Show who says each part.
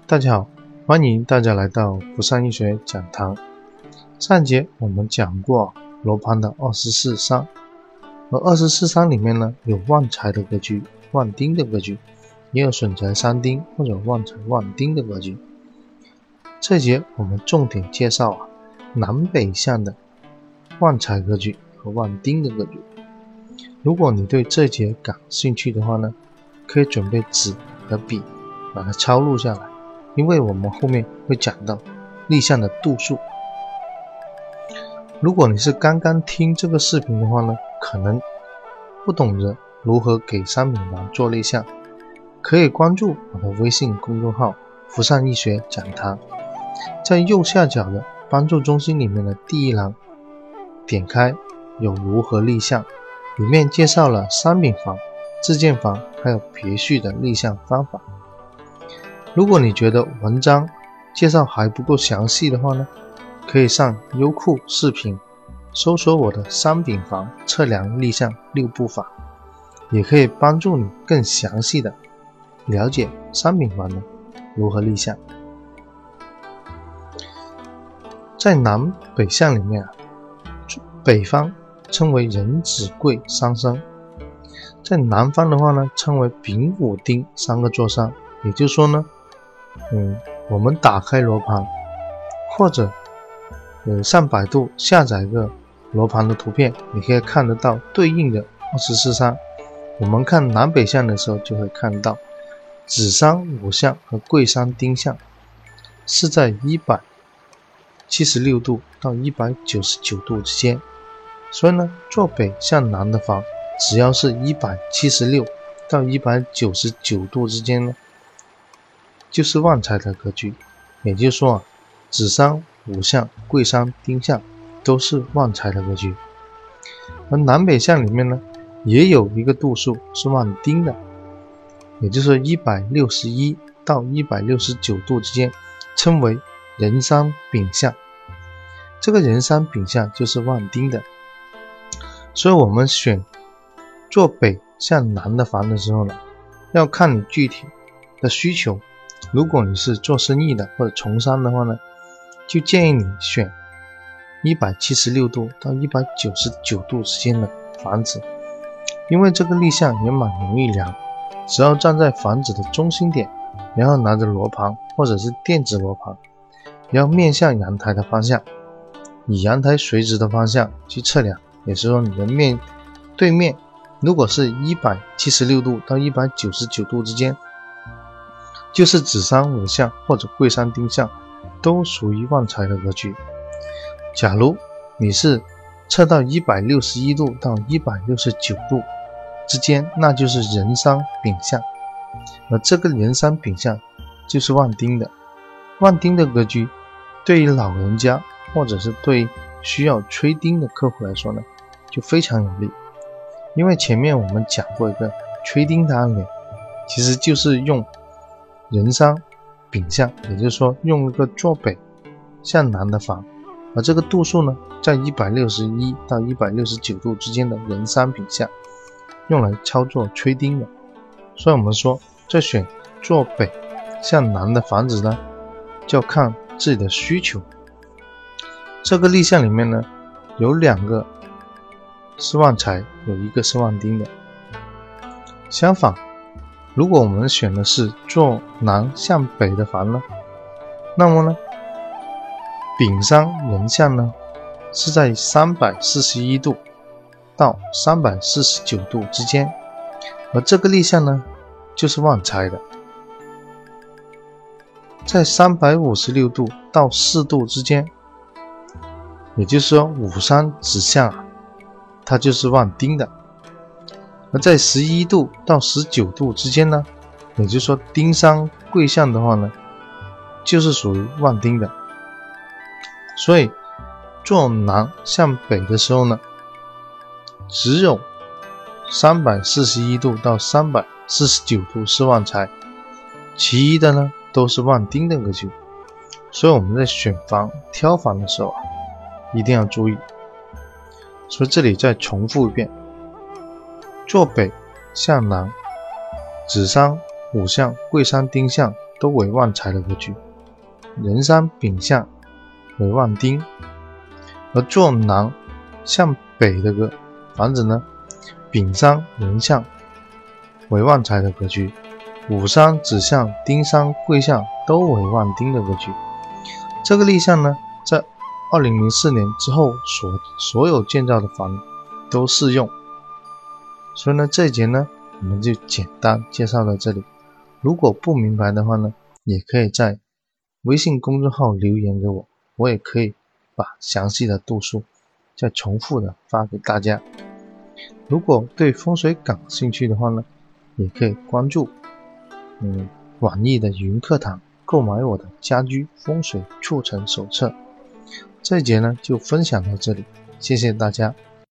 Speaker 1: 大家好，欢迎大家来到福善易学讲堂。上节我们讲过罗盘的24商，而24商里面呢，有旺财的格局、旺丁的格局，也有损财伤丁或者旺财旺丁的格局。这节我们重点介绍南北向的旺财格局和旺丁的格局。如果你对这节感兴趣的话呢，可以准备纸和笔把它抄录下来，因为我们后面会讲到立项的度数。如果你是刚刚听这个视频的话呢，可能不懂得如何给商品房做立项，可以关注我的微信公众号福善易学讲堂，在右下角的帮助中心里面的第一栏点开有如何立项，里面介绍了商品房、自建房还有别墅的立项方法。如果你觉得文章介绍还不够详细的话呢，可以上优酷视频搜索我的商品房测量立项6步法，也可以帮助你更详细的了解商品房的如何立项。在南北向里面北方称为壬子贵三生，在南方的话呢，称为丙午丁3个坐商。也就是说呢，我们打开罗盘，或者上百度下载一个罗盘的图片，你可以看得到对应的24商。我们看南北向的时候，就会看到子商、午向和贵商、丁向是在176度到199度之间。所以呢，坐北向南的房，只要是176到199度之间呢，就是旺财的格局。也就是说子商、午向、贵商、丁向都是旺财的格局。而南北向里面呢，也有一个度数是旺丁的，也就是161到169度之间，称为壬商丙向。这个壬商丙向就是旺丁的。所以我们选坐北向南的房的时候呢，要看你具体的需求。如果你是做生意的或者从商的话呢，就建议你选176度到199度之间的房子，因为这个立项也蛮容易量，只要站在房子的中心点，然后拿着罗盘或者是电子罗盘，然后面向阳台的方向，以阳台垂直的方向去测量。也就是说，你的对面如果是176度到199度之间，就是子商、午向或者贵商、丁向都属于旺财的格局。假如你是测到161度到169度之间，那就是壬商丙向，而这个壬商丙向就是旺丁的。旺丁的格局对于老人家或者是对需要催丁的客户来说呢，就非常有利。因为前面我们讲过一个催丁的案例，其实就是用壬商丙向，也就是说用一个坐北向南的房，而这个度数呢，在161到169度之间的壬商丙向，用来操作催丁的。所以我们说，在选坐北向南的房子呢，就要看自己的需求。这个立项里面呢，有2个是旺财，有1个是旺丁的。相反，如果我们选的是坐南向北的房呢，那么呢，丙商壬向呢是在341度到349度之间，而这个立项呢就是旺财的。在356度到4度之间，也就是说午商子向它就是旺丁的。而在11度到19度之间呢，也就是说丁商贵向的话呢，就是属于旺丁的。所以坐南向北的时候呢，只有341度到349度是旺财，其余的呢都是旺丁的格局。所以我们在选房挑房的时候一定要注意。所以这里再重复一遍，坐北向南，子商、午向、贵商、丁向都为旺财的格局，人山丙向为旺丁，而坐南向北的房子呢，丙山人向为旺财的格局，午山子向丁山贵向都为旺丁的格局。这个立项呢，在2004年之后所有建造的房都适用。所以呢，这一节呢我们就简单介绍到这里。如果不明白的话呢，也可以在微信公众号留言给我，我也可以把详细的度数再重复的发给大家。如果对风水感兴趣的话呢，也可以关注网易的云课堂，购买我的家居风水促成手册。这一节呢就分享到这里，谢谢大家。